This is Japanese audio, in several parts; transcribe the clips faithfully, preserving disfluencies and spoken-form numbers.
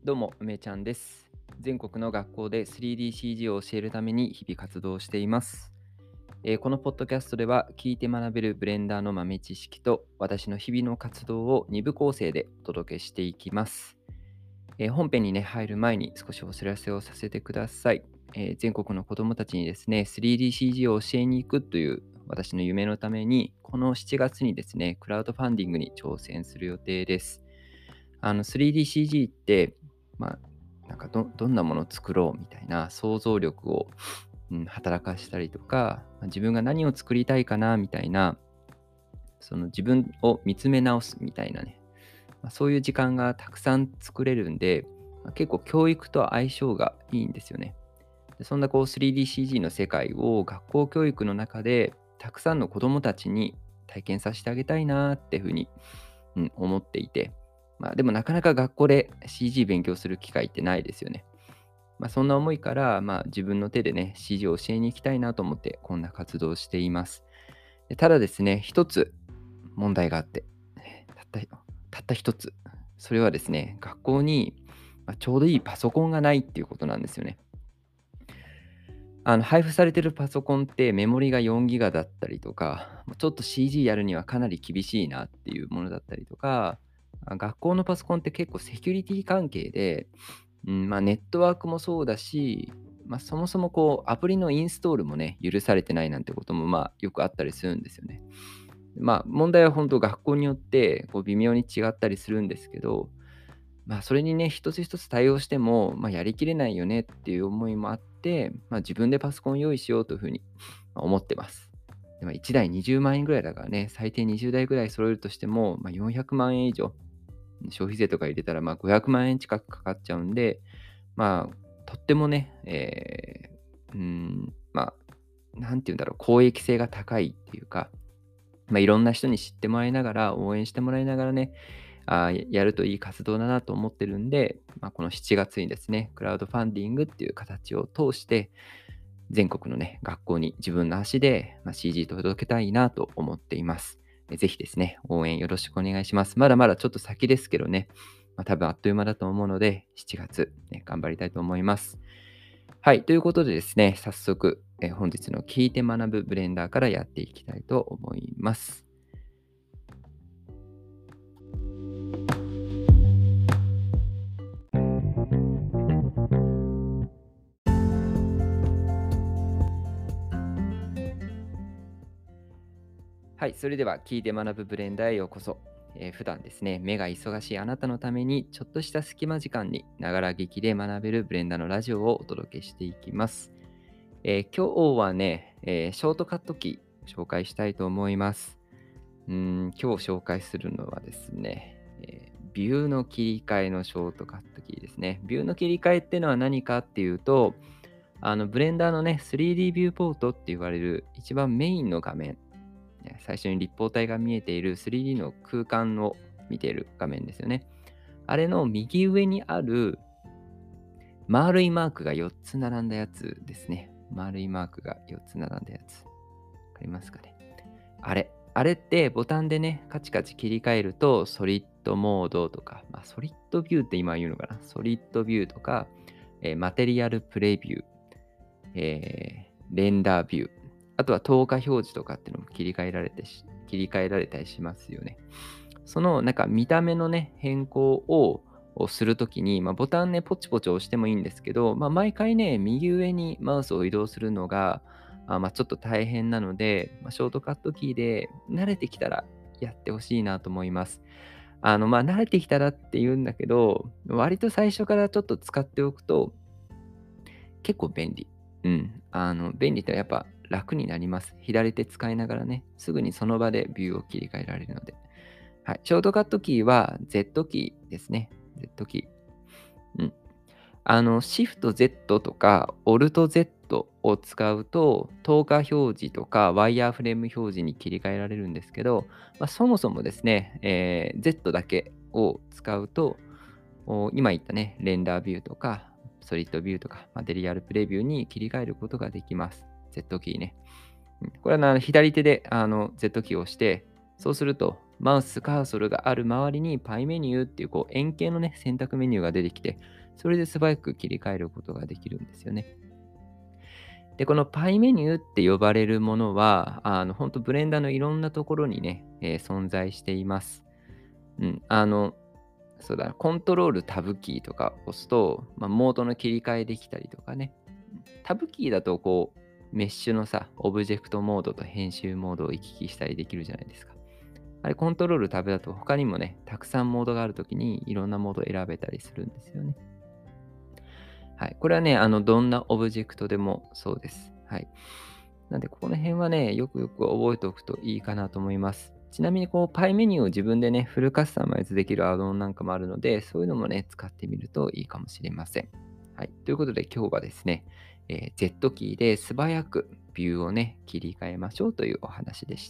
どうも、梅ちゃんです。全国の学校で スリーディーシージー を教えるために日々活動しています。えーこのポッドキャストでは、聞いて学べるブレンダーの豆知識と私の日々の活動をに部構成でお届けしていきます。えー本編にね、入る前に少しお知らせをさせてください。えー全国の子どもたちにですね、スリーディーシージー を教えに行くという私の夢のために、このしちがつにですね、クラウドファンディングに挑戦する予定です。あの スリーディーシージー って、まあ、なんかどどんなものを作ろうみたいな想像力を、うん、働かしたりとか、まあ自分が何を作りたいかなみたいな、その自分を見つめ直すみたいなね、まあ、そういう時間がたくさん作れるんで、まあ結構教育と相性がいいんですよね。でそんなこう スリーディーシージー の世界を学校教育の中でたくさんの子どもたちに体験させてあげたいなっていうふうに、うん、思っていて、まあでもなかなか学校で シージー 勉強する機会ってないですよね。まあそんな思いから、まあ自分の手でね、シージー を教えに行きたいなと思ってこんな活動をしています。でただですね、一つ問題があって、たったたった一つ。それはですね、学校にまあちょうどいいパソコンがないっていうことなんですよね。あの配布されてるパソコンってメモリがよんギガだったりとか、ちょっと シージー やるにはかなり厳しいなっていうものだったりとか、あ学校のパソコンって結構セキュリティ関係で、うんまあ、ネットワークもそうだし、まあ、そもそもこうアプリのインストールもね、許されてないなんてこともまあよくあったりするんですよね。まあ問題は本当学校によってこう微妙に違ったりするんですけど、まあ、それにね、一つ一つ対応しても、まあ、やりきれないよねっていう思いもあって、まあ、自分でパソコン用意しようというふうにまあ思ってます。でもいちだいにじゅうまん円ぐらいだからね、最低にじゅうだいぐらい揃えるとしても、まあ、よんひゃくまん円以上、消費税とか入れたらまあごひゃくまん円近くかかっちゃうんで、まあ、とってもね、えー、うーん、まあ、なんて言うんだろう、公益性が高いっていうか、まあ、いろんな人に知ってもらいながら、応援してもらいながらね、あーやるといい活動だなと思ってるんで、まあ、このしちがつにですね、クラウドファンディングっていう形を通して、全国のね、学校に自分の足で、まあ、シージー 届けたいなと思っています。えぜひですね、応援よろしくお願いします。まだまだちょっと先ですけどね、まあ、多分あっという間だと思うので、しちがつ、ね、頑張りたいと思います。はい、ということでですね、早速、え本日の聞いて学ぶブレンダーからやっていきたいと思います。はい、それでは聞いて学ぶブレンダーへようこそ。えー普段ですね、目が忙しいあなたのために、ちょっとした隙間時間に、ながら聞きで学べるブレンダーのラジオをお届けしていきます。えー今日はね、えーショートカットキー紹介したいと思います。うーん、今日紹介するのはですね、えービューの切り替えのショートカットキーですね。ビューの切り替えっていうのは何かっていうと、あのブレンダーのね、スリーディー ビューポートって言われる一番メインの画面、ね最初に立方体が見えている スリーディー の空間を見ている画面ですよね。あれの右上にある丸いマークがよっつ並んだやつですね。丸いマークがよっつ並んだやつ。わかりますかね。あれ。あれってボタンでね、カチカチ切り替えると、ソリッドモードとか、まあ、ソリッドビューって今言うのかな。ソリッドビューとか、えーマテリアルプレビュー、えーレンダービュー、あとは透過表示とかっていうのも切り替えられてし、切り替えられたりしますよね。そのなんか見た目のね、変更ををするときに、まあ、ボタンね、ポチポチ押してもいいんですけど、まあ、毎回ね、右上にマウスを移動するのが、あまあ、ちょっと大変なので、まあ、ショートカットキーで慣れてきたらやってほしいなと思います。あの、まあ、慣れてきたらって言うんだけど、割と最初からちょっと使っておくと結構便利。うん。あの、便利ってやっぱ楽になります。左手使いながらね、すぐにその場でビューを切り替えられるので。はい。ショートカットキーは Z キーですね。Z キー。うん。あの、Shift Z とか Alt Z を使うと、透過表示とかワイヤーフレーム表示に切り替えられるんですけど、まあ、そもそもですね、えー Z だけを使うと、お今言ったね、レンダービューとか、ソリッドビューとか、マテリアルプレビューに切り替えることができます。Z キーね。うんこれはあの左手であの Z キーを押して、そうするとマウス、カーソルがある周りにパイメニューっていうこう円形のね、選択メニューが出てきて、それで素早く切り替えることができるんですよね。で、このパイメニューって呼ばれるものは、あの、本当ブレンダーのいろんなところにね、えー存在しています。うん、あの、そうだな、コントロールタブキーとか押すと、まあ、モードの切り替えできたりとかね。タブキーだとこう、メッシュのさ、オブジェクトモードと編集モードを行き来したりできるじゃないですか。あれ、コントロールタブだと他にもね、たくさんモードがあるときにいろんなモードを選べたりするんですよね。はい。これはね、あの、どんなオブジェクトでもそうです。はい。なんで、ここの辺はね、よくよく覚えておくといいかなと思います。ちなみに、こう、パイメニューを自分でね、フルカスタマイズできるアドオンなんかもあるので、そういうのもね、使ってみるといいかもしれません。はい。ということで、今日はですね、えー Z キーで素早くビューをね、切り替えましょうというお話でした。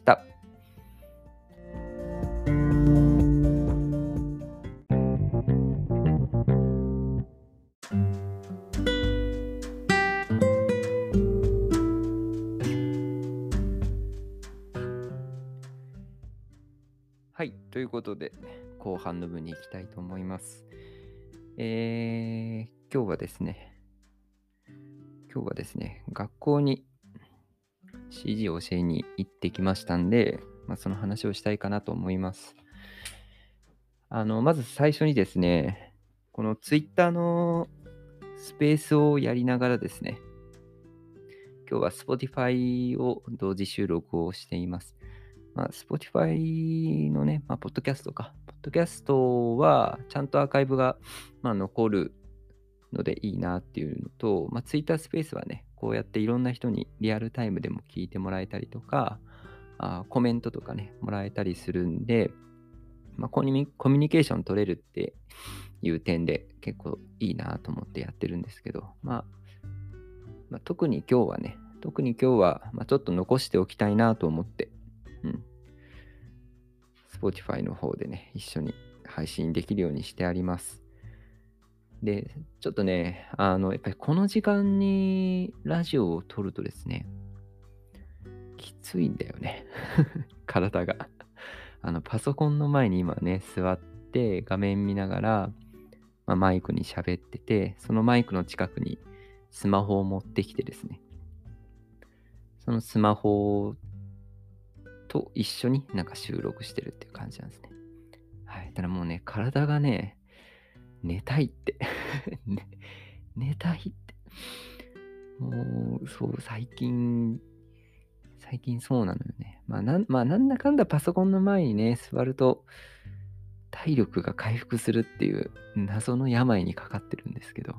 はい。ということで、後半の部に行きたいと思います。えー、今日はですね、今日はですね、学校に シージー を教えに行ってきましたんで、まあ、その話をしたいかなと思います。あの、まず最初にですね、この Twitter のスペースをやりながらですね、今日は Spotify を同時収録をしています。まあ、Spotify のね、まあ、ポッドキャストか。ポッドキャストはちゃんとアーカイブが、まあ、残るのでいいなっていうのと、まあ、Twitter スペースはね、こうやっていろんな人にリアルタイムでも聞いてもらえたりとか、あコメントとかね、もらえたりするんで、まあ、コミュニコミュニケーション取れるっていう点で結構いいなと思ってやってるんですけど、まあ、まあ、特に今日はね、特に今日は、まあ、ちょっと残しておきたいなと思って、うん、Spotify の方でね、一緒に配信できるようにしてあります。で、ちょっとね、あの、やっぱりこの時間にラジオを撮るとですね、きついんだよね。体が。あの、パソコンの前に今ね、座って画面見ながら、まあ、マイクに喋ってて、そのマイクの近くにスマホを持ってきてですね、そのスマホと一緒になんか収録してるっていう感じなんですね。はい。ただもうね、体がね、寝たいってね。寝たいって。もう、そう、最近、最近そうなのよね。まあ、なん、まあ、なんだかんだパソコンの前にね、座ると、体力が回復するっていう謎の病にかかってるんですけど、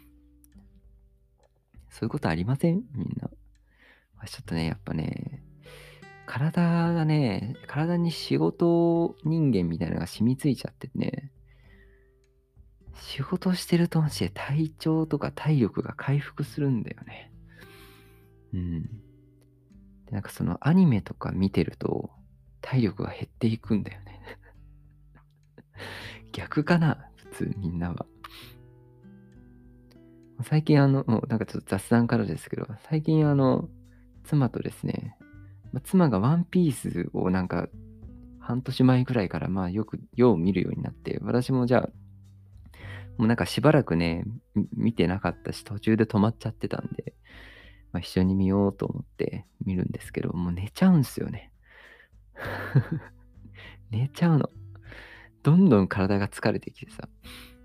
そういうことありませんみんな。ちょっとね、やっぱね、体がね、体に仕事人間みたいなのが染みついちゃってね、仕事してるとマジで体調とか体力が回復するんだよね。うん。で、なんかそのアニメとか見てると体力が減っていくんだよね。逆かな普通みんなは。最近あの、もうなんかちょっと雑談からですけど、最近あの、妻とですね、まあ妻がワンピースをなんか半年前ぐらいからまあよく、よう見るようになって、私もじゃあ、もうなんかしばらくね、み見てなかったし、途中で止まっちゃってたんで、まあ、一緒に見ようと思って見るんですけど、もう寝ちゃうんすよね。寝ちゃうの。どんどん体が疲れてきてさ、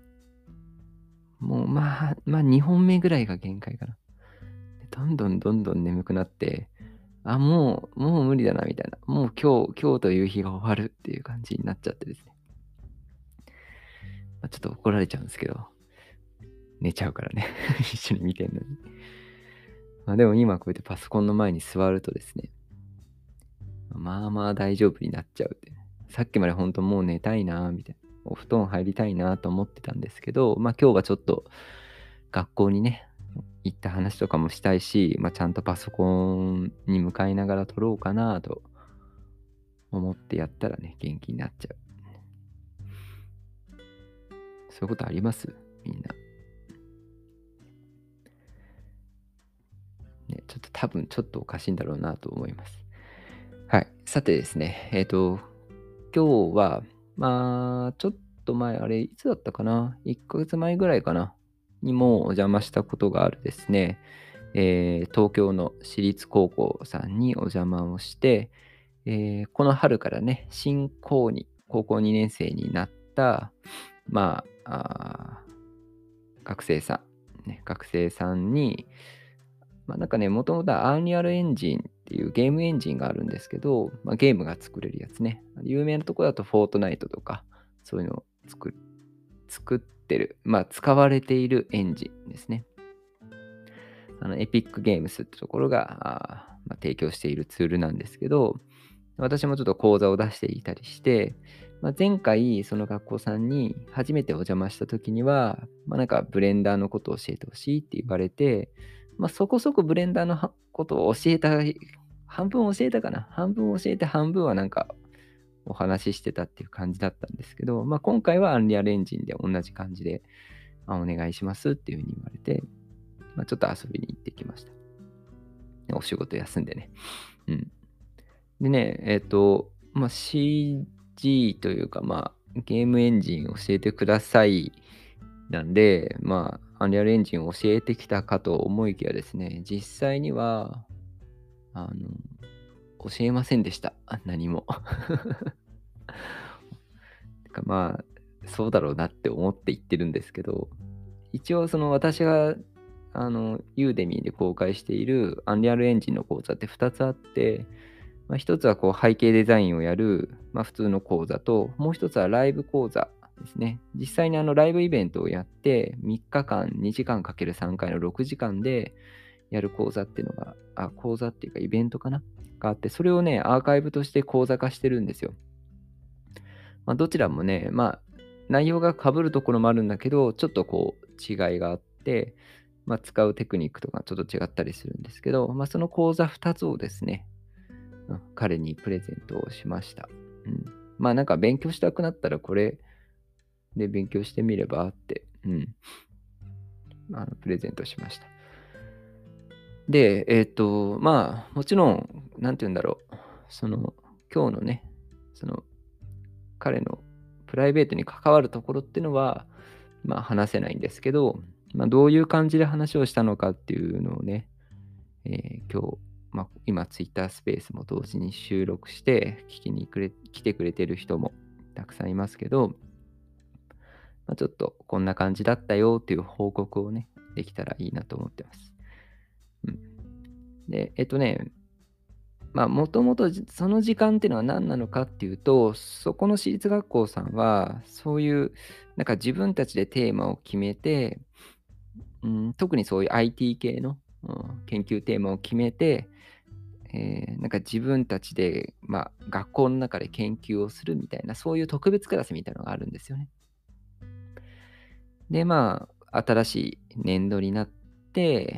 もうまあ、まあにほんめぐらいが限界かな。でどんどんどんどん眠くなって、あ、もう、もう無理だなみたいな。もう今日、今日という日が終わるっていう感じになっちゃってですね。まあ、ちょっと怒られちゃうんですけど、寝ちゃうからね。一緒に見てんのに。まあ、でも今こうやってパソコンの前に座るとですね、まあまあ大丈夫になっちゃうって。さっきまで本当もう寝たいなみたいな。お布団入りたいなと思ってたんですけど、まあ今日はちょっと学校にね、行った話とかもしたいし、まあちゃんとパソコンに向かいながら撮ろうかなと思ってやったらね、元気になっちゃう。そういうことありますみんな。ね、ちょっと多分ちょっとおかしいんだろうなと思います。はい。さてですね、えっと、 今日は、まあ、ちょっと前、あれ、いつだったかな ?いっ ヶ月前ぐらいかなにもお邪魔したことがあるですね、えー東京の私立高校さんにお邪魔をして、えーこの春からね、新高に、高校にねん生になった、まあ、あー学生さん、ね、学生さんに、まあ、なんかね、もともとはアンリアルエンジンっていうゲームエンジンがあるんですけど、まあ、ゲームが作れるやつね。有名なところだとフォートナイトとか、そういうのを作作ってる、まあ、使われているエンジンですね。あのエピックゲームスってところが、あまあ、提供しているツールなんですけど、私もちょっと講座を出していたりして、まあ、前回その学校さんに初めてお邪魔した時には、まあ、なんかブレンダーのことを教えてほしいって言われて、まあ、そこそこブレンダーのはことを教えた、半分教えたかな半分教えて半分はなんかお話ししてたっていう感じだったんですけど、まあ、今回はアンリアルエンジンで同じ感じで、あお願いしますっていうふうに言われて、まあ、ちょっと遊びに行ってきました。お仕事休んでね。うん。でね、えっ、と、まあ、シージー というか、まあ、ゲームエンジン教えてくださいなんで、まあ、アンリアルエンジンを教えてきたかと思いきやですね、実際には、あの、教えませんでした。何も。てかまあ、そうだろうなって思って言ってるんですけど、一応その私が、あの、ユーデミーで公開しているアンリアルエンジンの講座ってふたつあって、まあ、一つはこう背景デザインをやる、まあ、普通の講座と、もう一つはライブ講座ですね。実際にあのライブイベントをやって、みっかかんにじかんかけるさんかいのろくじかんでやる講座っていうのが、あ、講座っていうかイベントかながあって、それをね、アーカイブとして講座化してるんですよ。まあ、どちらもね、まあ、内容が被るところもあるんだけど、ちょっとこう違いがあって、まあ、使うテクニックとかちょっと違ったりするんですけど、まあ、その講座ふたつをですね、うん、彼にプレゼントをしました。うん、まあなんか勉強したくなったらこれで勉強してみればって、うん、あのプレゼントしました。で、えっ、と、まあもちろん、なんて言うんだろう、その今日のね、その彼のプライベートに関わるところっていうのは、まあ話せないんですけど、まあ、どういう感じで話をしたのかっていうのをね、えー今日、まあ、今、ツイッタースペースも同時に収録して、聞きにくれ来てくれてる人もたくさんいますけど、まあ、ちょっとこんな感じだったよっていう報告をね、できたらいいなと思ってます。うん、で、えっとね、まあ、もともとその時間っていうのは何なのかっていうと、そこの私立学校さんは、そういう、なんか自分たちでテーマを決めて、うん、特にそういう アイティー 系の、うん、研究テーマを決めて、えーなんか自分たちで、まあ、学校の中で研究をするみたいな、そういう特別クラスみたいなのがあるんですよね。で、まあ、新しい年度になって、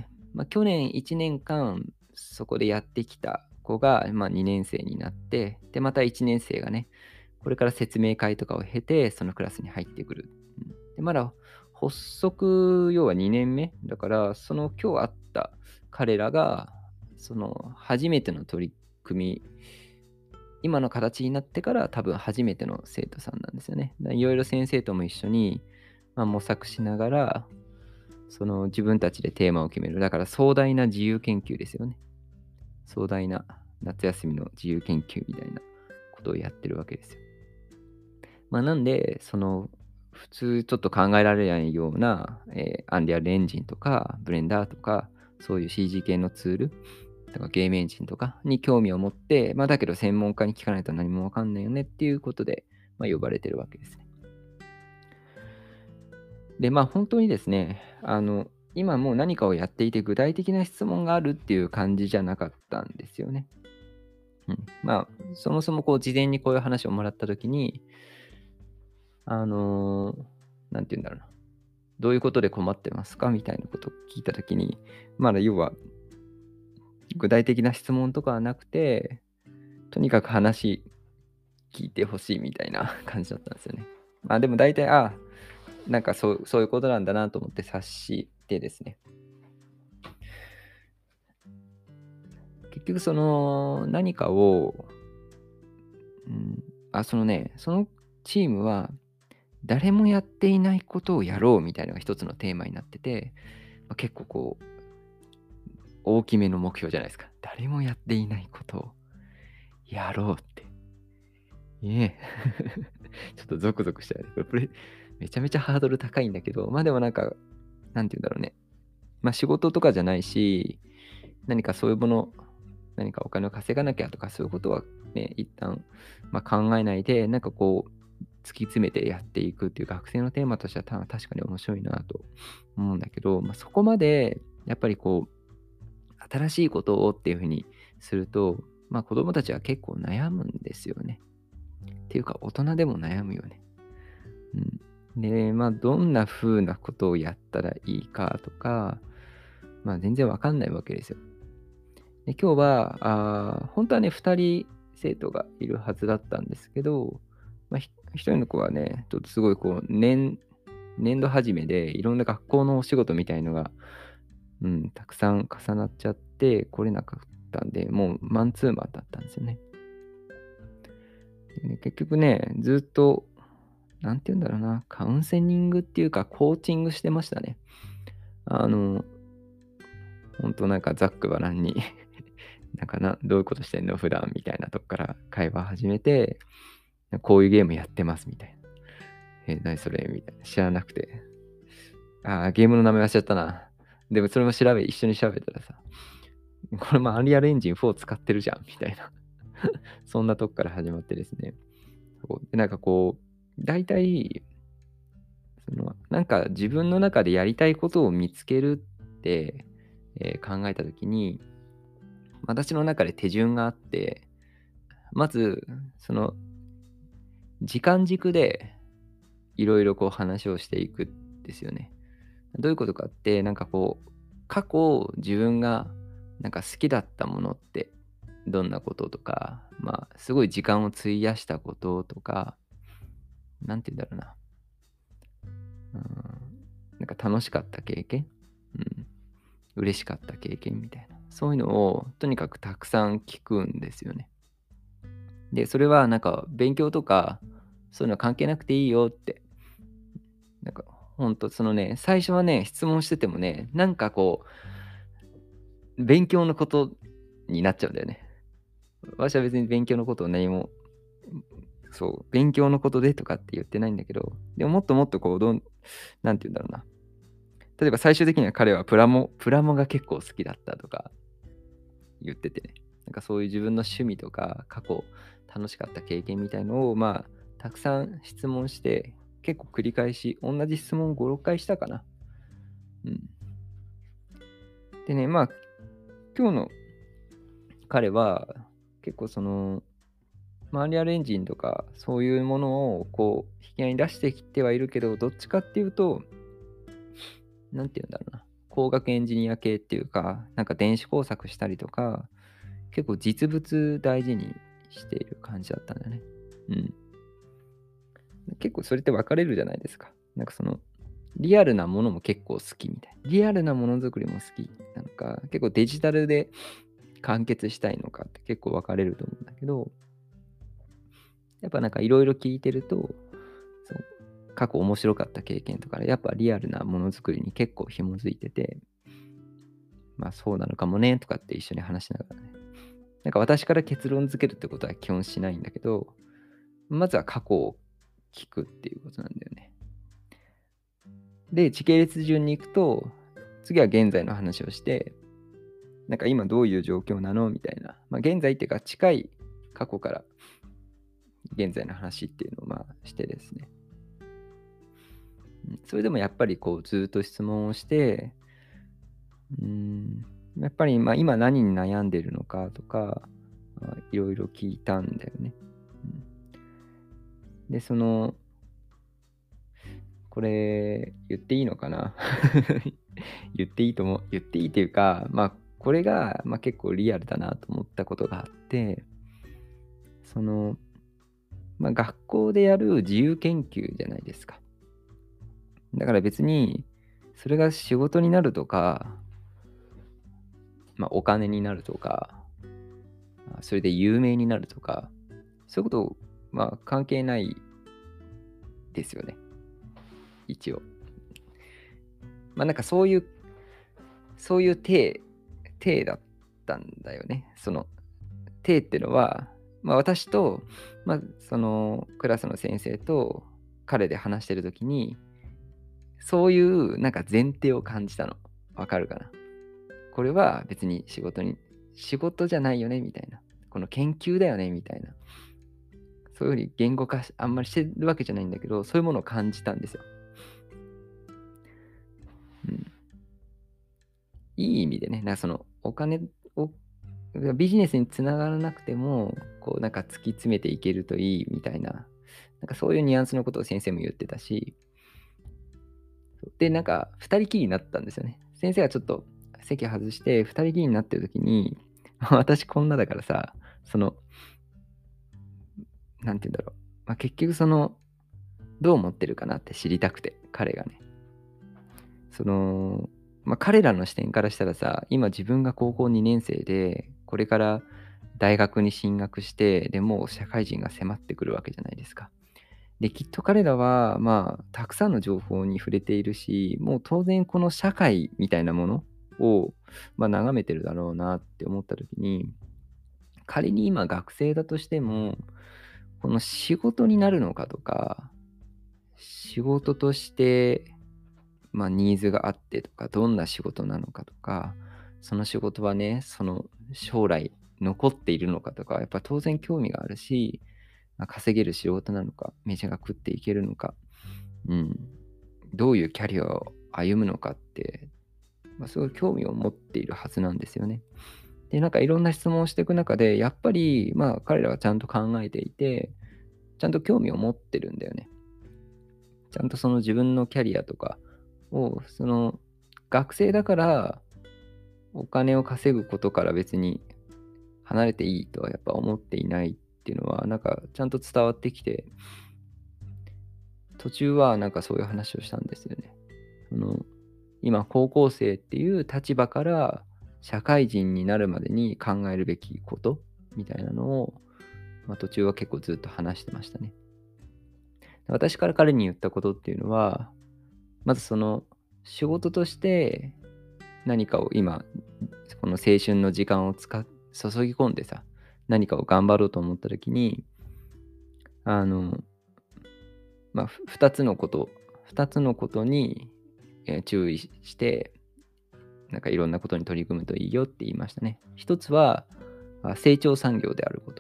まあ、去年いちねんかんそこでやってきた子が、まあ、にねん生になって、で、またいちねん生がね、これから説明会とかを経て、そのクラスに入ってくる。うんで、まだ発足、要はにねんめだから、その今日会った彼らが、その初めての取り組み、今の形になってから多分初めての生徒さんなんですよね。いろいろ先生とも一緒に、まあ、模索しながら、その自分たちでテーマを決める。だから壮大な自由研究ですよね。壮大な夏休みの自由研究みたいなことをやってるわけですよ。まあ、なんで、その普通ちょっと考えられないような、えーアンリアルエンジンとか、ブレンダーとか、そういう シージー 系のツールとかゲームエンジンとかに興味を持って、まあ、だけど専門家に聞かないと何もわかんないよねっていうことで、まあ、呼ばれてるわけですね。で、まあ本当にですね、あの、今もう何かをやっていて具体的な質問があるっていう感じじゃなかったんですよね。うん、まあ、そもそもこう事前にこういう話をもらったときに、あのーなんて言うんだろうな。どういうことで困ってますかみたいなことを聞いたときに、まだ要は具体的な質問とかはなくて、とにかく話聞いてほしいみたいな感じだったんですよね。まあでも大体、ああ、なんかそうそういうことなんだなと思って察してですね。結局その何かを、うん、 あ、そのね、そのチームは誰もやっていないことをやろうみたいなのが一つのテーマになってて、まあ、結構こう、大きめの目標じゃないですか。誰もやっていないことをやろうって。ねえ。ちょっとゾクゾクしちゃうね。これプレめちゃめちゃハードル高いんだけど、まあでもなんか、なんて言うんだろうね。まあ仕事とかじゃないし、何かそういうもの、何かお金を稼がなきゃとかそういうことはね、一旦、まあ、考えないで、なんかこう、突き詰めてやっていくっていう学生のテーマとしてはた確かに面白いなと思うんだけど、まあ、そこまでやっぱりこう、新しいことをっていうふうにすると、まあ子供たちは結構悩むんですよね。っていうか大人でも悩むよね。うん。で、まあどんな風なことをやったらいいかとか、まあ全然わかんないわけですよ。で今日は、あー本当はね、ふたり生徒がいるはずだったんですけど、まあ、ひひとりの子はね、ちょっとすごいこう、年、年度始めでいろんな学校のお仕事みたいのが、うん、たくさん重なっちゃって来れなかったんで、もうマンツーマンだったんですよね。でね結局ね、ずっと、なんて言うんだろうな、カウンセリングっていうか、コーチングしてましたね。あの、本当なんかざっくばらんになんかな、どういうことしてんの普段みたいなとこから会話始めて、こういうゲームやってますみたいな。え、何それみたいな。知らなくて。あー、ゲームの名前忘れちゃったな。でもそれも調べ、一緒に調べたらさ、これもアンリアルエンジンフォー使ってるじゃんみたいな。そんなとこから始まってですね。そうでなんかこう、大体、その、なんか自分の中でやりたいことを見つけるって、えー考えたときに、私の中で手順があって、まず、その、時間軸でいろいろこう話をしていくんですよね。どういうことかって、なんかこう、過去自分がなんか好きだったものってどんなこととか、まあ、すごい時間を費やしたこととか、なんて言うんだろうな。うん、なんか楽しかった経験、うん、嬉しかった経験みたいな。そういうのをとにかくたくさん聞くんですよね。で、それはなんか勉強とか、そういうの関係なくていいよって。なんか、ほんとそのね、最初はね、質問しててもね、なんかこう、勉強のことになっちゃうんだよね。私は別に勉強のことを何も、そう、勉強のことでとかって言ってないんだけど、でももっともっとこう、どん、なんて言うんだろうな。例えば最終的には彼はプラモ、プラモが結構好きだったとか言っててね。なんかそういう自分の趣味とか過去楽しかった経験みたいのをまあたくさん質問して結構繰り返し同じ質問をご、ろっかいしたかな。うん。でね、まあ今日の彼は結構そのマリアルエンジンとかそういうものをこう引き合いに出してきてはいるけど、どっちかっていうと、なんて言うんだろうな。工学エンジニア系っていうか、なんか電子工作したりとか、結構実物大事にしている感じだったんだよね。うん。結構それって分かれるじゃないですか。なんかその、リアルなものも結構好きみたいな。リアルなものづくりも好きなのか、結構デジタルで完結したいのかって結構分かれると思うんだけど、やっぱなんかいろいろ聞いてると、そう過去面白かった経験とか、やっぱリアルなものづくりに結構紐づいてて、まあそうなのかもねとかって一緒に話しながらね。なんか私から結論付けるってことは基本しないんだけど、まずは過去を聞くっていうことなんだよね。で、時系列順に行くと、次は現在の話をして、なんか今どういう状況なのみたいな。まあ現在っていうか近い過去から現在の話っていうのをまあしてですね。それでもやっぱりこうずっと質問をして、うーん、やっぱりまあ今何に悩んでるのかとか、いろいろ聞いたんだよね。うん、で、その、これ言っていいのかな言っていいと思う。言っていいっていうか、まあこれが、まあ、結構リアルだなと思ったことがあって、その、まあ、学校でやる自由研究じゃないですか。だから別に、それが仕事になるとか、まあ、お金になるとか、それで有名になるとか、そういうことまあ関係ないですよね。一応。まあなんかそういう、そういう体、体だったんだよね。その体っていうのは、まあ私と、まあそのクラスの先生と彼で話してるときに、そういうなんか前提を感じたの。わかるかな？これは別に仕事に、仕事じゃないよねみたいな。この研究だよねみたいな。そういうふうに言語化しあんまりしてるわけじゃないんだけど、そういうものを感じたんですよ。うん、いい意味でね、なんかそのお金をビジネスにつながらなくても、こうなんか突き詰めていけるといいみたいな、なんかそういうニュアンスのことを先生も言ってたし、で、なんか二人きりになったんですよね。先生がちょっと席外して二人きりになってる時に、私こんなだからさ、その、なんて言うんだろう。まあ、結局その、どう思ってるかなって知りたくて、彼がね。その、まあ、彼らの視点からしたらさ、今自分が高校にねん生で、これから大学に進学して、でもう社会人が迫ってくるわけじゃないですか。で、きっと彼らは、まあ、たくさんの情報に触れているし、もう当然この社会みたいなものを、まあ、眺めてるだろうなって思った時に、仮に今学生だとしても、この仕事になるのかとか、仕事として、まあ、ニーズがあってとか、どんな仕事なのかとか、その仕事はね、その将来残っているのかとか、やっぱ当然興味があるし、まあ、稼げる仕事なのか、飯が食っていけるのか、うん、どういうキャリアを歩むのかって、まあ、すごい興味を持っているはずなんですよね。で、なんかいろんな質問をしていく中で、やっぱり、まあ、彼らはちゃんと考えていて、ちゃんと興味を持ってるんだよね。ちゃんとその自分のキャリアとかを、その学生だからお金を稼ぐことから別に離れていいとはやっぱ思っていないっていうのは、なんかちゃんと伝わってきて、途中はなんかそういう話をしたんですよね。その今高校生っていう立場から社会人になるまでに考えるべきことみたいなのを、まあ、途中は結構ずっと話してましたね。私から彼に言ったことっていうのは、まずその仕事として何かを今、この青春の時間を使っ注ぎ込んでさ、何かを頑張ろうと思った時に、あの、まあ、ふ二つのこと、二つのことに、えー注意して、なんかいろんなことに取り組むといいよって言いましたね。一つは、あ成長産業であること。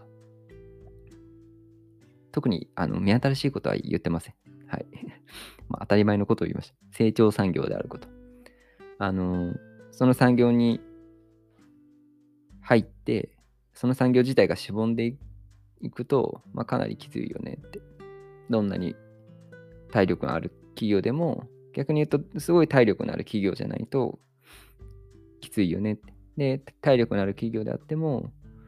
特にあの目新しいことは言ってません。はい。まあ、当たり前のことを言いました。成長産業であること。あの、その産業に入って、その産業自体がしぼんでいくと、まあ、かなりきついよねって。どんなに体力のある企業でも、逆に言うと、すごい体力のある企業じゃないときついよねって。で、体力のある企業であっても、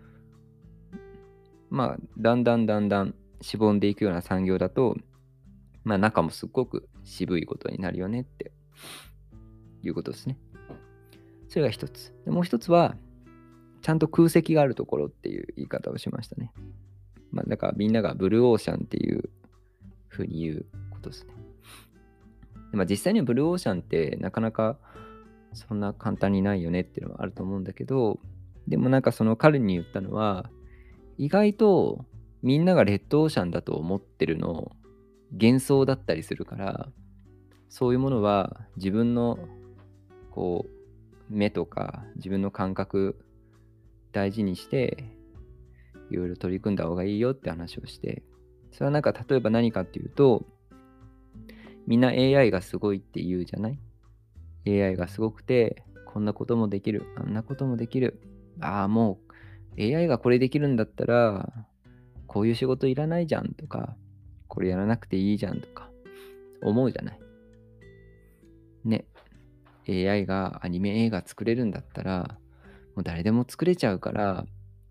まあ、だんだんだんだんしぼんでいくような産業だと、まあ、中もすっごく渋いことになるよねっていうことですね。それが一つ。でもう一つは、ちゃんと空席があるところっていう言い方をしましたね。まあ、だからみんながブルーオーシャンっていうふうに言うことですね。でまあ、実際にはブルーオーシャンってなかなかそんな簡単にないよねっていうのはあると思うんだけど、でもなんかその彼に言ったのは、意外とみんながレッドオーシャンだと思ってるの幻想だったりするから、そういうものは自分のこう目とか自分の感覚大事にしていろいろ取り組んだ方がいいよって話をして、それはなんか例えば何かっていうと、みんな エーアイ がすごいって言うじゃない？ エーアイ がすごくて、こんなこともできる、あんなこともできる。ああ、もう エーアイ がこれできるんだったら、こういう仕事いらないじゃんとか、これやらなくていいじゃんとか思うじゃない。ね。エーアイ がアニメ映画作れるんだったら、もう誰でも作れちゃうから、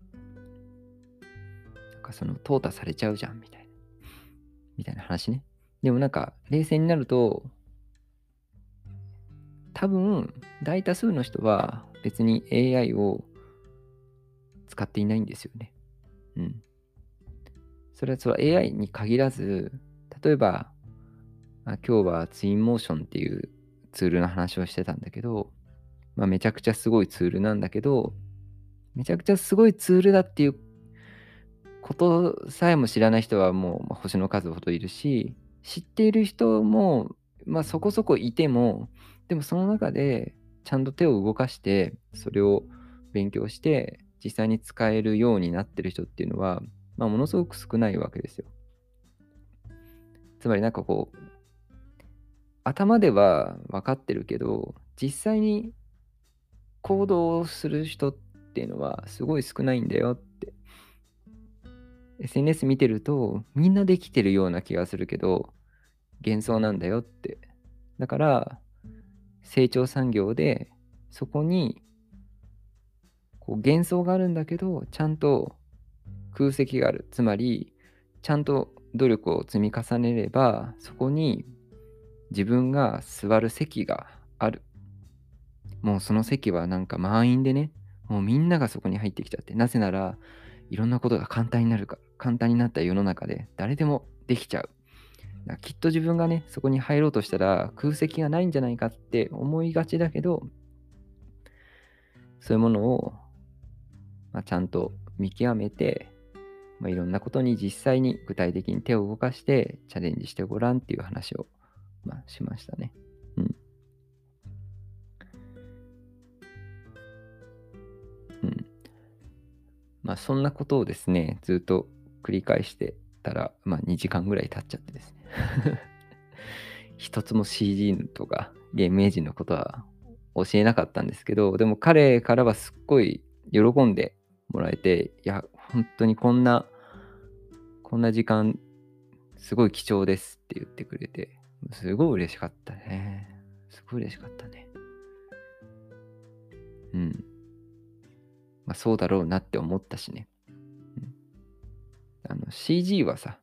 なんかその淘汰されちゃうじゃんみたいな。みたいな話ね。でもなんか冷静になると、多分大多数の人は別に エーアイ を使っていないんですよね。うん。そそれはその エーアイ に限らず、例えば、あ今日はツインモーションっていうツールの話をしてたんだけど、まあ、めちゃくちゃすごいツールなんだけど、めちゃくちゃすごいツールだっていうことさえも知らない人はもうまあ星の数ほどいるし、知っている人も、まあ、そこそこいても、でもその中でちゃんと手を動かして、それを勉強して、実際に使えるようになってる人っていうのは、まあ、ものすごく少ないわけですよ。つまりなんかこう、頭では分かってるけど、実際に行動する人っていうのはすごい少ないんだよって。エスエヌエス 見てると、みんなできてるような気がするけど、幻想なんだよって。だから、成長産業で、そこにこう幻想があるんだけど、ちゃんと空席がある。つまり、ちゃんと努力を積み重ねれば、そこに自分が座る席がある。もうその席はなんか満員でね、もうみんながそこに入ってきちゃって、なぜなら、いろんなことが簡単になるから、簡単になった世の中で誰でもできちゃう。だからきっと自分がね、そこに入ろうとしたら空席がないんじゃないかって思いがちだけど、そういうものを、まあ、ちゃんと見極めて、まあ、いろんなことに実際に具体的に手を動かしてチャレンジしてごらんっていう話を、まあ、しましたね。うん。うん。まあそんなことをですね、ずっと繰り返してたら、まあにじかんぐらい経っちゃってですね。一つも シージー とかゲームエンジンのことは教えなかったんですけど、でも彼からはすっごい喜んでもらえて、いや、本当にこんな、こんな時間、すごい貴重ですって言ってくれて、すごい嬉しかったね。すごい嬉しかったね。うん。まあそうだろうなって思ったしね。うん、あの シージー はさ、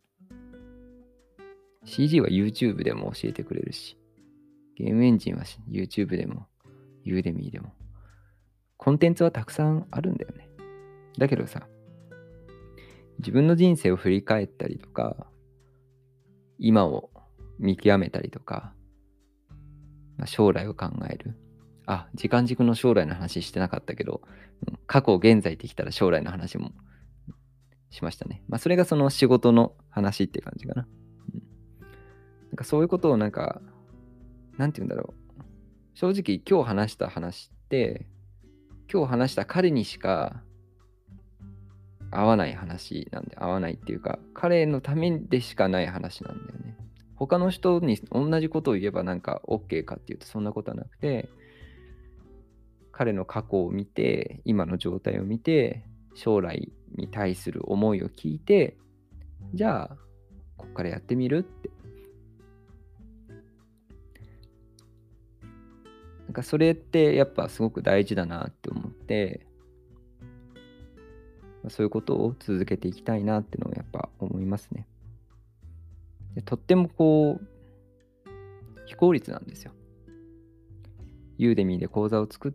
シージー は YouTube でも教えてくれるし、ゲームエンジンは YouTube でも、ユーデミーでも、コンテンツはたくさんあるんだよね。だけどさ、自分の人生を振り返ったりとか、今を見極めたりとか、まあ、将来を考える。あ、時間軸の将来の話してなかったけど、うん過去、現在ってきたら将来の話もしましたね。まあ、それがその仕事の話って感じかな。うん、なんかそういうことをなんか、なんて言うんだろう。正直今日話した話って、今日話した彼にしか合わない話なんで、合わないっていうか、彼のためでしかない話なんだよね。他の人に同じことを言えばなんか OK かっていうとそんなことはなくて、彼の過去を見て、今の状態を見て、将来に対する思いを聞いて、じゃあ、ここからやってみるって。なんかそれってやっぱすごく大事だなって思って、そういうことを続けていきたいなっていうのをやっぱ思いますね。でとってもこう、非効率なんですよ。ユーデミーで講座を作って、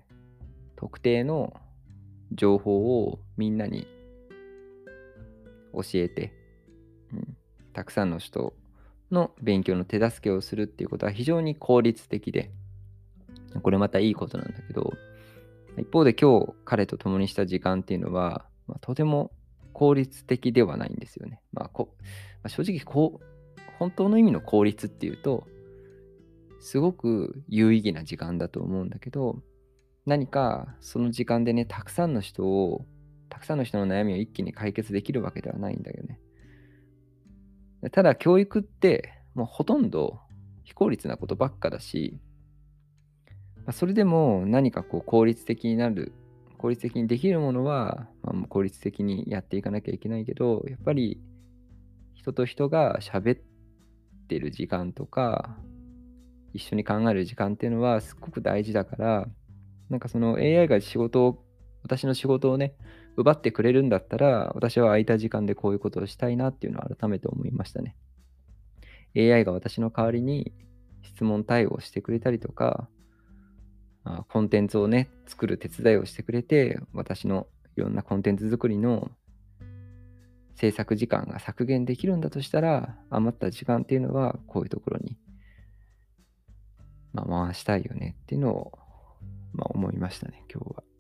特定の情報をみんなに教えて、うん、たくさんの人の勉強の手助けをするっていうことは非常に効率的で、これまたいいことなんだけど、一方で今日彼と共にした時間っていうのは、まあ、とても効率的ではないんですよね。まあ、こまあ、正直こう、本当の意味の効率っていうと、すごく有意義な時間だと思うんだけど、何かその時間でね、たくさんの人を、たくさんの人の悩みを一気に解決できるわけではないんだよね。ただ教育ってもうほとんど非効率なことばっかだし、まあ、それでも何かこう効率的になる、効率的にできるものは、まあ、もう効率的にやっていかなきゃいけないけど、やっぱり人と人が喋ってる時間とか、一緒に考える時間っていうのはすっごく大事だから、なんかその エーアイ が仕事を、私の仕事をね、奪ってくれるんだったら、私は空いた時間でこういうことをしたいなっていうのを改めて思いましたね。エーアイ が私の代わりに質問対応してくれたりとか、あコンテンツをね、作る手伝いをしてくれて、私のいろんなコンテンツ作りの制作時間が削減できるんだとしたら、余った時間っていうのはこういうところに、まあ、回したいよねっていうのを、まあ、思いましたね、今日は。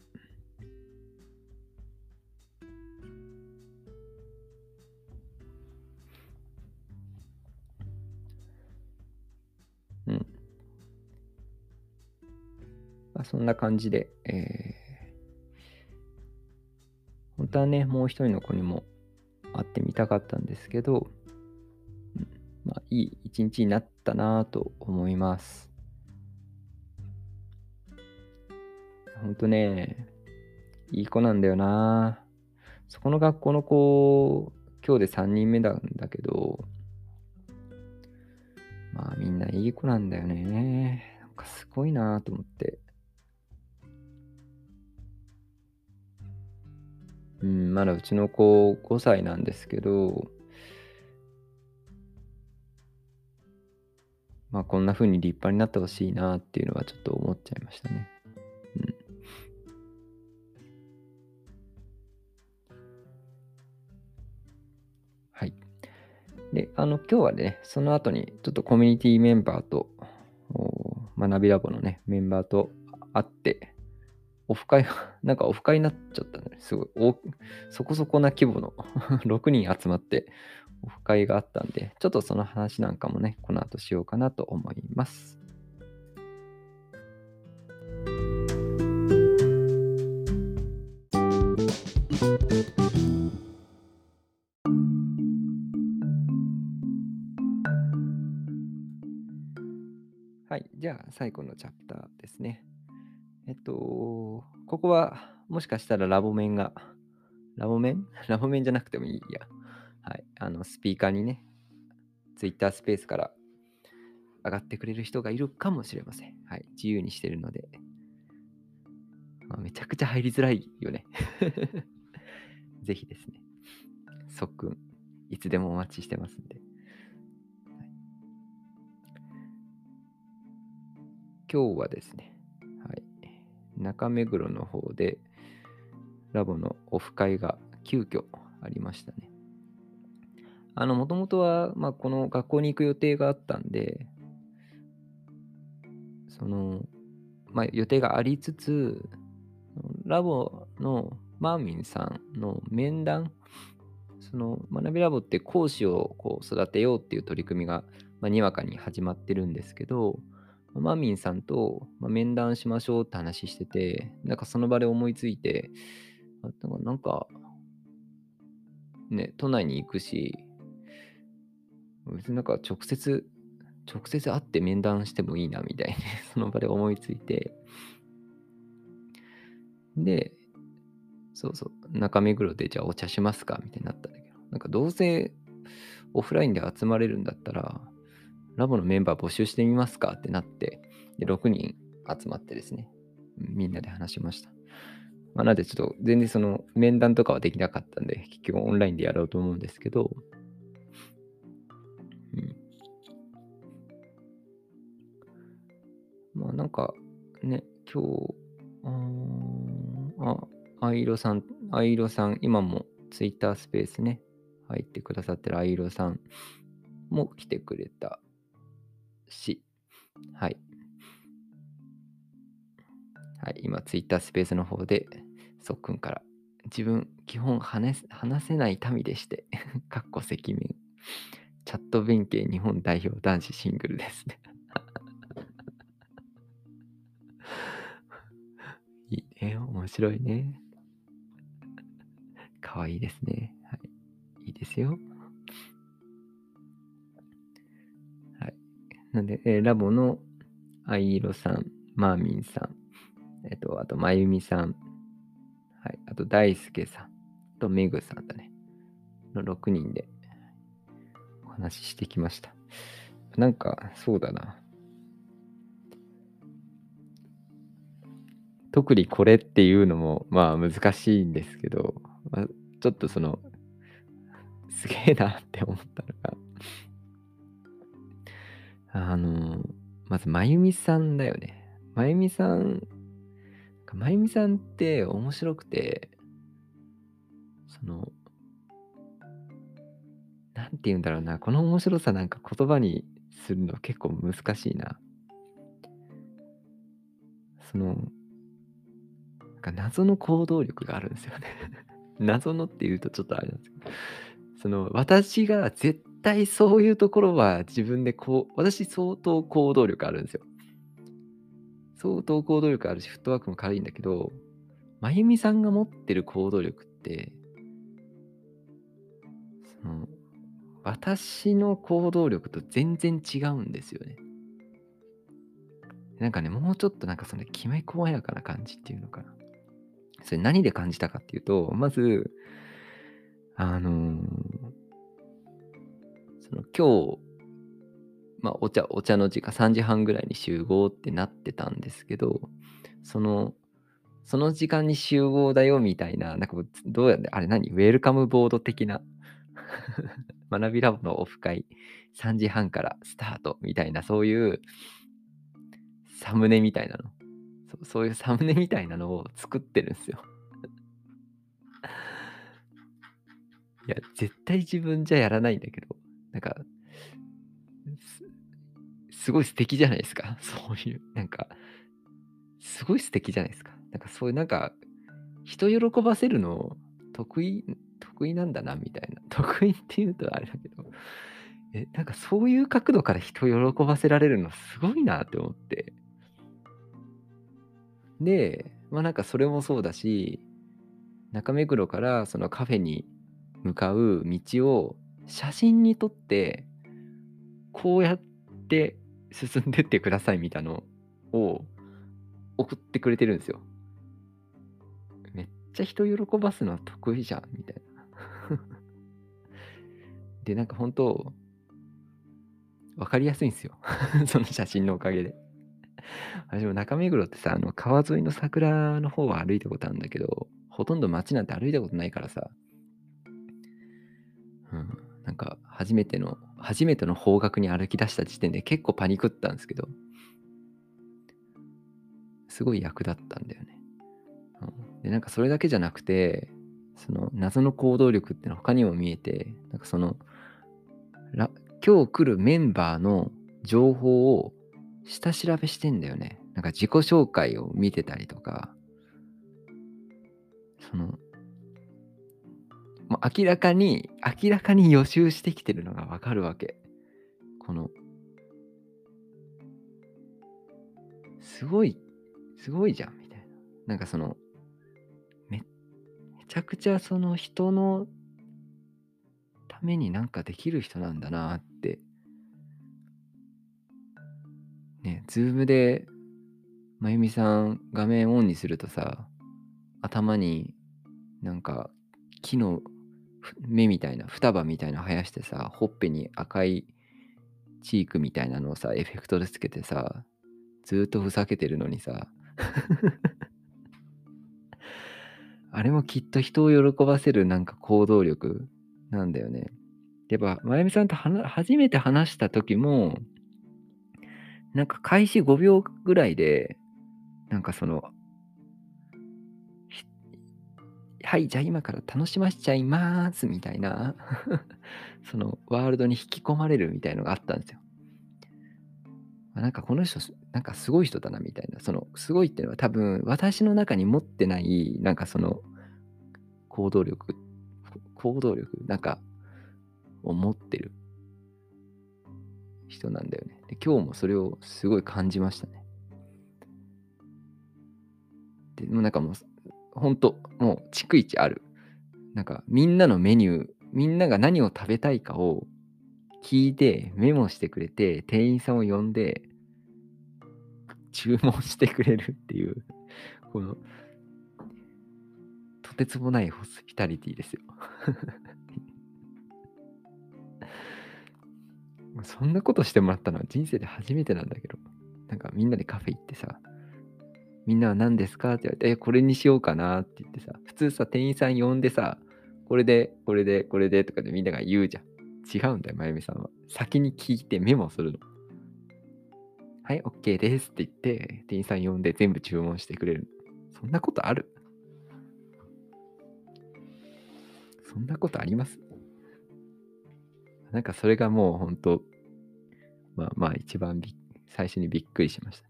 うん。まあ、そんな感じで、えー、本当はね、もう一人の子にも会ってみたかったんですけど、うん、まあ、いい一日になったなと思います。本当ね、いい子なんだよな。そこの学校の子、今日でさんにんめなんだけど、まあみんないい子なんだよね。なんかすごいなと思って。うん、まだうちの子ごさいなんですけど、まあこんな風に立派になってほしいなっていうのはちょっと思っちゃいましたね。うん。はい。で、あの、今日はね、その後にちょっとコミュニティメンバーと、学びラボのね、メンバーと会って、オフ会が、なんかオフ会になっちゃったね。すごい、おそこそこな規模のろくにん集まってオフ会があったんで、ちょっとその話なんかもね、この後しようかなと思います。はい、じゃあ最後のチャプターですね。えっと、ここはもしかしたらラボ面が、ラボ面ラボ面じゃなくてもいいや。はい、あの、スピーカーにね、Twitter スペースから上がってくれる人がいるかもしれません。はい、自由にしてるので。まあ、めちゃくちゃ入りづらいよね。ぜひですね、そっくん、いつでもお待ちしてますんで。はい、今日はですね、はい、中目黒の方でラボのオフ会が急遽ありましたね。あの、もともとは、まあ、この学校に行く予定があったんで、その、まあ、予定がありつつ、ラボのマーミンさんの面談、その学びラボって講師をこう育てようっていう取り組みが、まあ、にわかに始まってるんですけど、マーミンさんと面談しましょうって話してて、なんかその場で思いついて、なんかね、都内に行くし、別になんか直接、直接会って面談してもいいなみたいにその場で思いついて、で、そうそう、中目黒でじゃあお茶しますかみたいになったんだけど、なんかどうせオフラインで集まれるんだったら、ラボのメンバー募集してみますかってなって、で、ろくにん集まってですね、みんなで話しました。まあ、なのでちょっと全然その面談とかはできなかったんで、結局オンラインでやろうと思うんですけど、うん、まあなんかね、今日、あーあ、アイロさん、アイロさん、今もツイッタースペースね、入ってくださってるアイロさんも来てくれたし、はい。はい、今ツイッタースペースの方で、そっくんから自分、基本話せ話せない民でして、かっこ赤面。チャット弁慶日本代表男子シングルですね。いいね、面白いね。かわいいですね。はい。いいですよ。はい。なんで、えーラボのアイロさん、マーミンさん、えっと、あと、まゆみさん、はい。あと、大輔さんとメグさんだね。のろくにんでお話ししてきました。なんか、そうだな。特にこれっていうのも、まあ難しいんですけど、まあ、ちょっとその、すげえなって思ったのが、あの、まず、まゆみさんだよね。まゆみさん、まゆみさんって面白くて、その、 なんて言うんだろうな、この面白さなんか言葉にするの結構難しいな。その、なんか謎の行動力があるんですよね。謎のって言うとちょっとあれなんですけど、その私が絶対そういうところは自分でこう、私相当行動力あるんですよ。相当行動力あるし、フットワークも軽いんだけど、まゆみさんが持ってる行動力って、その私の行動力と全然違うんですよね。なんかね、もうちょっとなんかそのきめ細やかな感じっていうのかな。それ何で感じたかっていうと、まず、あのーその今日、まあお茶、お茶の時間さんじはんぐらいに集合ってなってたんですけど、その、その時間に集合だよみたいな、なんかもうどうやって、あれ何ウェルカムボード的な学びラボのオフ会さんじはんからスタートみたいな、そういうサムネみたいなの。そそういうサムネみたいなのを作ってるんですよ。いや、絶対自分じゃやらないんだけど、なんか、すすごい素敵じゃないですか。そういう、なんか、すごい素敵じゃないですか。なんかそういうなんか、人喜ばせるの得意、得意なんだな、みたいな。得意って言うとあれだけど、え、なんかそういう角度から人を喜ばせられるのすごいなって思って。で、まあなんかそれもそうだし、中目黒からそのカフェに向かう道を写真に撮って、こうやって進んでってくださいみたいなのを送ってくれてるんですよ。めっちゃ人喜ばすの得意じゃんみたいな。で、なんか本当わかりやすいんですよ。その写真のおかげで。私も中目黒ってさ、あの川沿いの桜の方は歩いたことあるんだけど、ほとんど街なんて歩いたことないからさ、うん、なんか初めての、初めての方角に歩き出した時点で結構パニクったんですけど、すごい役立ったんだよね。うん、で、なんかそれだけじゃなくて、その謎の行動力ってのは他にも見えて、なんかその、ら今日来るメンバーの情報を下調べしてんだよね。なんか自己紹介を見てたりとか、その、もう明らかに、明らかに予習してきてるのがわかるわけ。この、すごい、すごいじゃん、みたいな。なんかその、め、めちゃくちゃその人のためになんかできる人なんだなって。ね、ズームで、まゆみさん画面オンにするとさ、頭になんか木の目みたいな、双葉みたいなの生やしてさ、ほっぺに赤いチークみたいなのをさ、エフェクトでつけてさ、ずーっとふざけてるのにさ、あれもきっと人を喜ばせるなんか行動力なんだよね。やっぱ、まゆみさんとはな初めて話した時も、なんか開始ごびょうぐらいで、なんかその、ひはい、じゃあ今から楽しましちゃいますみたいな、そのワールドに引き込まれるみたいのがあったんですよ。あなんかこの人、なんかすごい人だなみたいな、そのすごいっていうのは多分私の中に持ってない、なんかその行動力、行動力、なんかを持ってる人なんだよね。で、今日もそれをすごい感じましたね。で、もうなんかもう、ほんと、もう逐一ある。なんかみんなのメニュー、みんなが何を食べたいかを聞いてメモしてくれて、店員さんを呼んで注文してくれるっていう、この、とてつもないホスピタリティですよ。そんなことしてもらったのは人生で初めてなんだけど、なんかみんなでカフェ行ってさ、みんなは何ですかって言われて、え、これにしようかなって言ってさ、普通さ、店員さん呼んでさ、これで、これで、これでとかでみんなが言うじゃん。違うんだよ、まゆみさんは。先に聞いてメモするの。はい、OK ですって言って、店員さん呼んで全部注文してくれる。そんなことある？そんなことあります？ なんかそれがもう本当、まあまあ一番び最初にびっくりしました。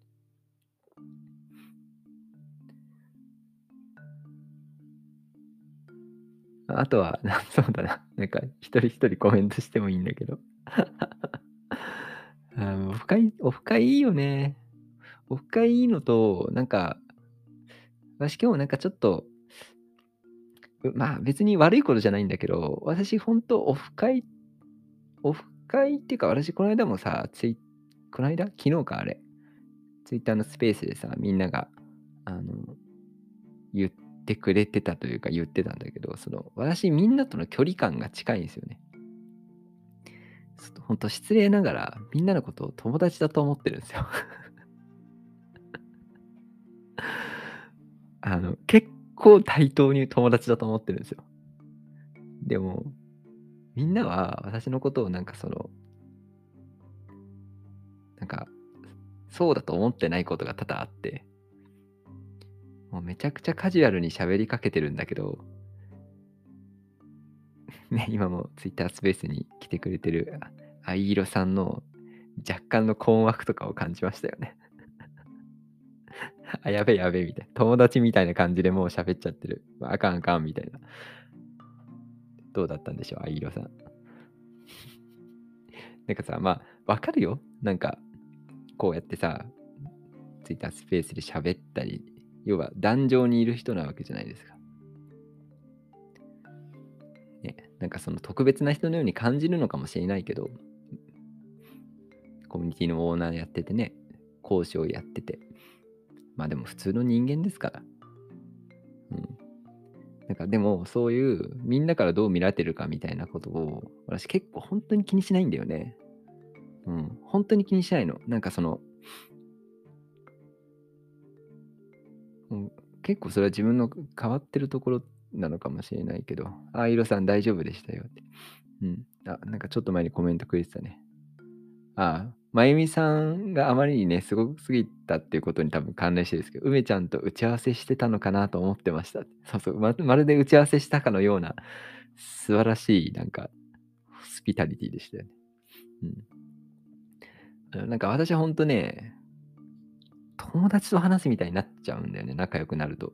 あとは、なそうだな。なんか一人一人コメントしてもいいんだけど。あのオフ会、オフ会いいよね。オフ会いいのと、なんか、私今日なんかちょっと、うまあ別に悪いことじゃないんだけど、私本当オフ会、オフ会っていうか私この間もさ、ツイこの間昨日かあれ、ツイッターのスペースでさ、みんなが、あの、言ってくれてたというか言ってたんだけど、その、私みんなとの距離感が近いんですよね。本当失礼ながら、みんなのことを友達だと思ってるんですよ。あの、結構対等に友達だと思ってるんですよ。でも、みんなは私のことをなんかその、なんか、そうだと思ってないことが多々あって、もうめちゃくちゃカジュアルに喋りかけてるんだけど、ね、今もツイッタースペースに来てくれてるあいいろさんの若干の困惑とかを感じましたよね。あ、やべえやべえみたいな。友達みたいな感じでもう喋っちゃってる。あかんあかんみたいな。どうだったんでしょう、あいろさん。なんかさ、まあ、わかるよ。なんか、こうやってさ、ツイッタースペースで喋ったり、要は壇上にいる人なわけじゃないですか。ね、なんかその特別な人のように感じるのかもしれないけど、コミュニティのオーナーやっててね、講師をやってて、まあでも普通の人間ですから。うん。なんかでもそういうみんなからどう見られてるかみたいなことを私結構本当に気にしないんだよね。うん。本当に気にしないの。なんかその、うん、結構それは自分の変わってるところなのかもしれないけど、あ、いろさん大丈夫でしたよって。うん。あ、なんかちょっと前にコメントくれてたね。ああ、まゆみさんがあまりにね、すごすぎたっていうことに多分関連してですけど、梅ちゃんと打ち合わせしてたのかなと思ってました。そうそう、ま、まるで打ち合わせしたかのような素晴らしい、なんか、ホスピタリティでしたよね。うん。なんか私はほんとね、友達と話すみたいになっちゃうんだよね、仲良くなると。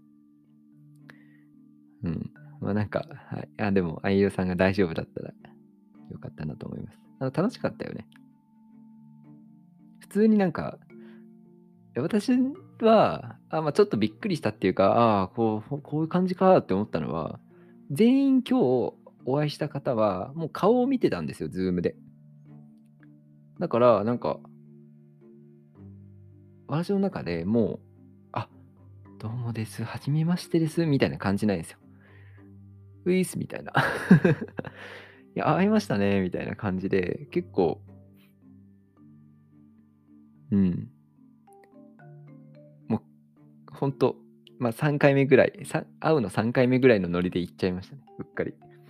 うん。まあなんか、はい。あ、でも、あいよさんが大丈夫だったらよかったなと思います。あの楽しかったよね。普通になんか、私は、あ、まあ、ちょっとびっくりしたっていうか、ああ、こう、こういう感じかって思ったのは、全員今日お会いした方は、もう顔を見てたんですよ、ズームで。だから、なんか、私の中でもう、あ、どうもです、はじめましてです、みたいな感じないんですよ。ウィスみたいな。いや、会いましたね、みたいな感じで、結構、うん、もう、ほんと、まあ、さんかいめぐらい、さ会うのさんかいめぐらいのノリで行っちゃいましたね、うっかり。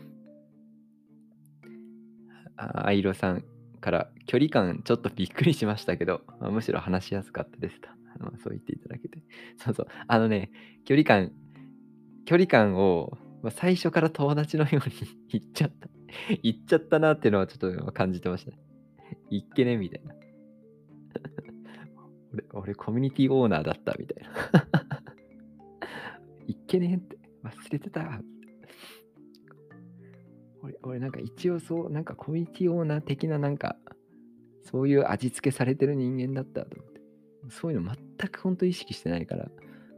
あ、いろさんから距離感ちょっとびっくりしましたけど、まあ、むしろ話しやすかったですと。まあ、そう言っていただけて。そうそう。あのね、距離感、距離感を、まあ、最初から友達のように言っちゃった。言っちゃったなっていうのはちょっと感じてましたね。いっけねみたいな。俺、俺コミュニティオーナーだったみたいな。いっけねって忘れてた。俺、俺なんか一応そう、なんかコミュニティオーナー的ななんか、そういう味付けされてる人間だったと思って。そういうの全く本当意識してないから。うん、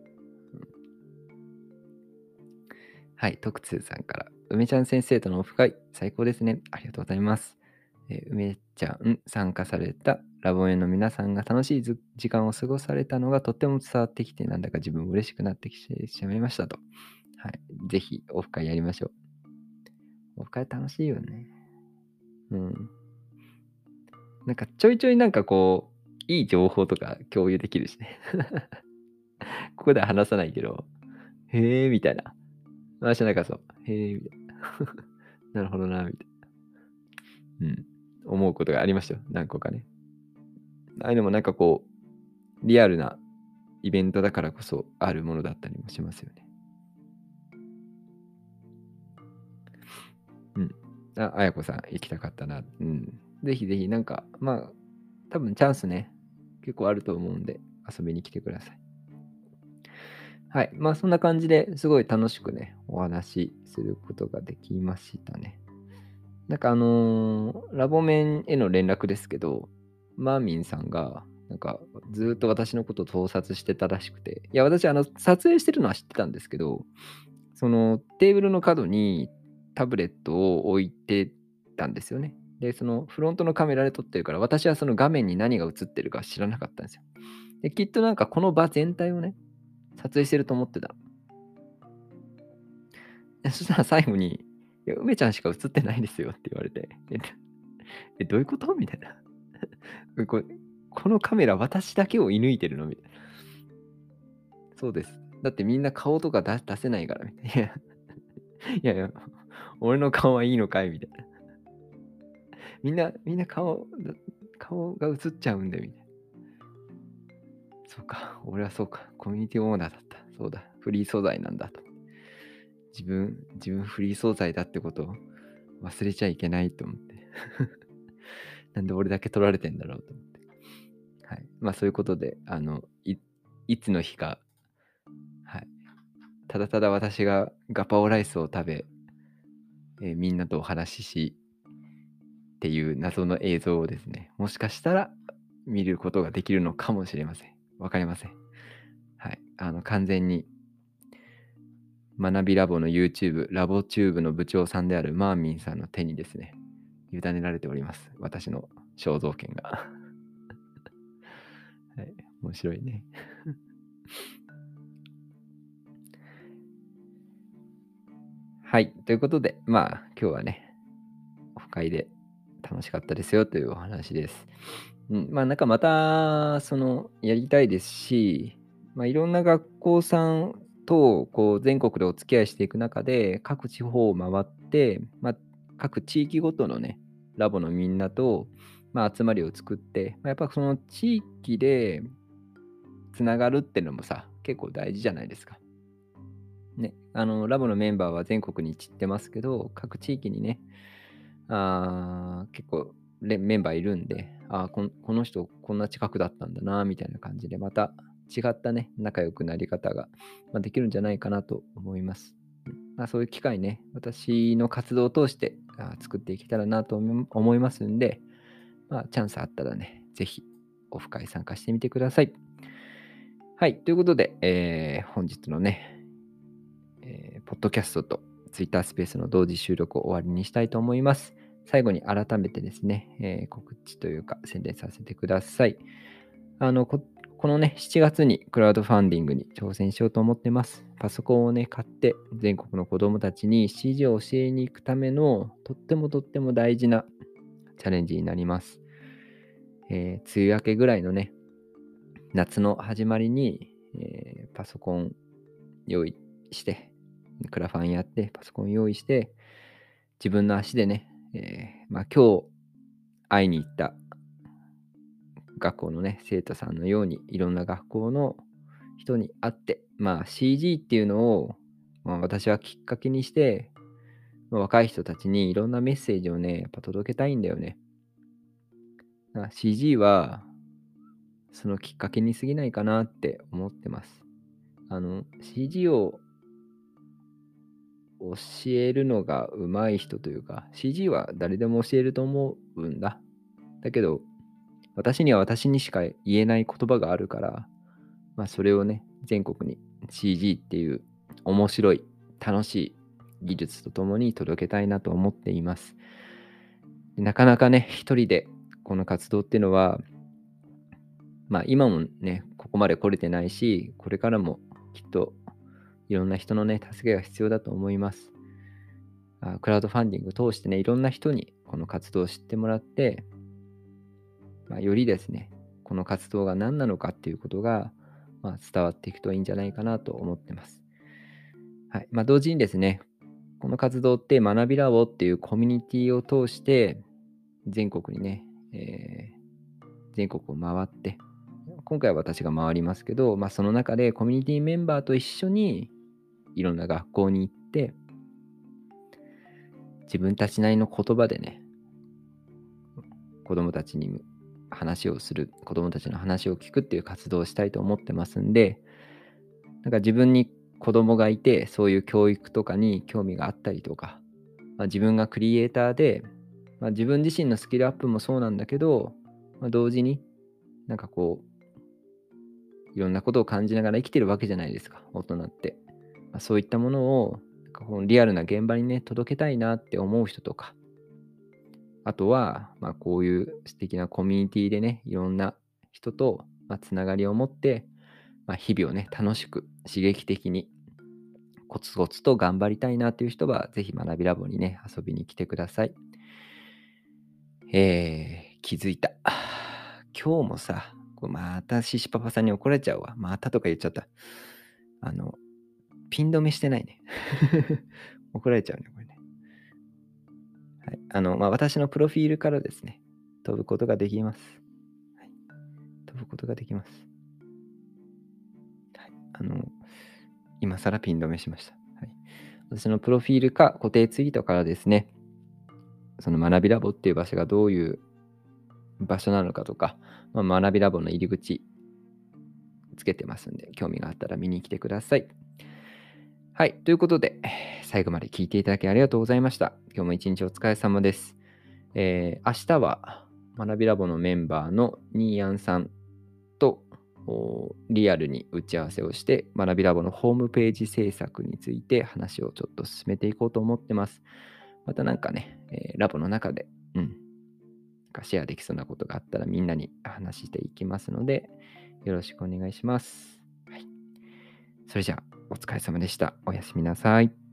はい、徳通さんから、梅ちゃん先生とのオフ会、最高ですね。ありがとうございます。えー梅ちゃん参加されたラボへの皆さんが楽しいず時間を過ごされたのがとっても伝わってきて、なんだか自分も嬉しくなってきてしまいましたと。はい、ぜひオフ会やりましょう。オフ会楽しいよね。うん。なんかちょいちょいなんかこう、いい情報とか共有できるしね。ここでは話さないけど、へえ、みたいな。私なんかそう、へえ、みたいな。なるほどな、みたいな。うん。思うことがありましたよ。何個かね。ああいうのもなんかこう、リアルなイベントだからこそあるものだったりもしますよね。うん。 あ、あやこさん行きたかったな。うん。ぜひぜひ、なんか、まあ、多分チャンスね、結構あると思うんで、遊びに来てください。はい。まあ、そんな感じですごい楽しくね、お話しすることができましたね。なんかあのーラボ面への連絡ですけど、マーミンさんが、なんかずーっと私のことを盗撮してたらしくて、いや、私、あの、撮影してるのは知ってたんですけど、そのテーブルの角にタブレットを置いてたんですよね。で、そのフロントのカメラで撮ってるから、私はその画面に何が映ってるか知らなかったんですよ。で、きっとなんかこの場全体をね、撮影してると思ってたの。でそしたら最後に、いや、梅ちゃんしか映ってないですよって言われて、え、えどういうことみたいな。これこのカメラ私だけを射抜いてるのみたいな。そうです。だってみんな顔とか出出せないからみたいな。いやいやいや、俺の顔はいいのかいみたいな。みんな、みんな顔、顔が映っちゃうんでみたいな。そうか、俺はそうか、コミュニティオーナーだった。そうだ、フリー素材なんだと。自分、自分フリー素材だってことを忘れちゃいけないと思って。なんで俺だけ取られてんだろうと思って。はい。まあそういうことで、あの、いいつの日か、はい。ただただ私がガパオライスを食べ、えーみんなとお話ししっていう謎の映像をですね、もしかしたら見ることができるのかもしれません。わかりません。はい。あの、完全に学びラボの YouTube、ラボチューブの部長さんであるマーミンさんの手にですね、委ねられております。私の肖像権が。はい。面白いね。はい。ということで、まあ、今日はね、オフ会で楽しかったですよというお話です。うん、まあ、なんかまた、その、やりたいですし、まあ、いろんな学校さんと、こう、全国でお付き合いしていく中で、各地方を回って、まあ、各地域ごとのね、ラボのみんなと、まあ、集まりを作って、まあ、やっぱその地域でつながるっていうのもさ、結構大事じゃないですか。ね、あの、ラボのメンバーは全国に散ってますけど、各地域にね、あー結構レメンバーいるんで、あーこんこの人こんな近くだったんだな、みたいな感じで、また違ったね、仲良くなり方が、まあ、できるんじゃないかなと思います。うんまあ、そういう機会ね、私の活動を通してあー作っていけたらなと思思いますんで、まあ、チャンスあったらね、ぜひオフ会参加してみてください。はい、ということで、えー本日のね、えーポッドキャストと Twitter スペースの同時収録を終わりにしたいと思います。最後に改めてですね、えー告知というか宣伝させてください。あのこ、このね、しちがつにクラウドファンディングに挑戦しようと思ってます。パソコンをね、買って全国の子どもたちに シージー を教えに行くためのとってもとっても大事なチャレンジになります。えー梅雨明けぐらいのね、夏の始まりに、えーパソコン用意して、クラファンやって、パソコン用意して、自分の足でね、えーまあ、今日会いに行った学校のね、生徒さんのように、いろんな学校の人に会って、まあ、シージー っていうのを、まあ、私はきっかけにして、まあ若い人たちにいろんなメッセージをね、やっぱ届けたいんだよね。だから シージー は、そのきっかけに過ぎないかなって思ってます。あの、シージー を教えるのが上手い人というか、シージー は誰でも教えると思うんだ。だけど、私には私にしか言えない言葉があるから、まあ、それをね、全国に シージー っていう面白い、楽しい技術とともに届けたいなと思っています。なかなかね、一人でこの活動っていうのは、まあ今もね、ここまで来れてないし、これからもきっといろんな人のね、助けが必要だと思います。あクラウドファンディングを通してね、いろんな人にこの活動を知ってもらって、まあ、よりですね、この活動が何なのかっていうことが、まあ、伝わっていくといいんじゃないかなと思ってます。はい。まあ、同時にですね、この活動って学びラボっていうコミュニティを通して、全国にね、えー全国を回って、今回は私が回りますけど、まあ、その中でコミュニティメンバーと一緒にいろんな学校に行って、 自分たちなりの言葉でね、子供たちに話をする、子供たちの話を聞くっていう活動をしたいと思ってますんで、なんか自分に子供がいて、そういう教育とかに興味があったりとか、まあ、自分がクリエイターで、まあ、自分自身のスキルアップもそうなんだけど、まあ、同時になんかこういろんなことを感じながら生きてるわけじゃないですか、大人って。まあ、そういったものをなんかこうリアルな現場にね届けたいなって思う人とか、あとはまあこういう素敵なコミュニティでねいろんな人とまあつながりを持って、まあ、日々をね楽しく刺激的にコツコツと頑張りたいなという人は、ぜひ学びラボにね、遊びに来てください。えー、気づいた。今日もさ、これまたシシパパさんに怒られちゃうわ。またとか言っちゃった。あの、ピン止めしてないね。怒られちゃうね、これね。はい。あの、まあ、私のプロフィールからですね、飛ぶことができます。はい、飛ぶことができます。はい。あの、今更ピン止めしました。はい。私のプロフィールか固定ツイートからですね、その学びラボっていう場所がどういう場所なのかとか、まあ、学びラボの入り口つけてますんで、興味があったら見に来てください。はい。ということで、最後まで聞いていただきありがとうございました。今日も一日お疲れ様です。えー、明日は学びラボのメンバーのニーヤンさんとリアルに打ち合わせをして、学びラボのホームページ制作について話をちょっと進めていこうと思ってます。またなんかね、えー、ラボの中で、うん、シェアできそうなことがあったらみんなに話していきますので、よろしくお願いします。はい。それじゃあ、お疲れ様でした。おやすみなさい。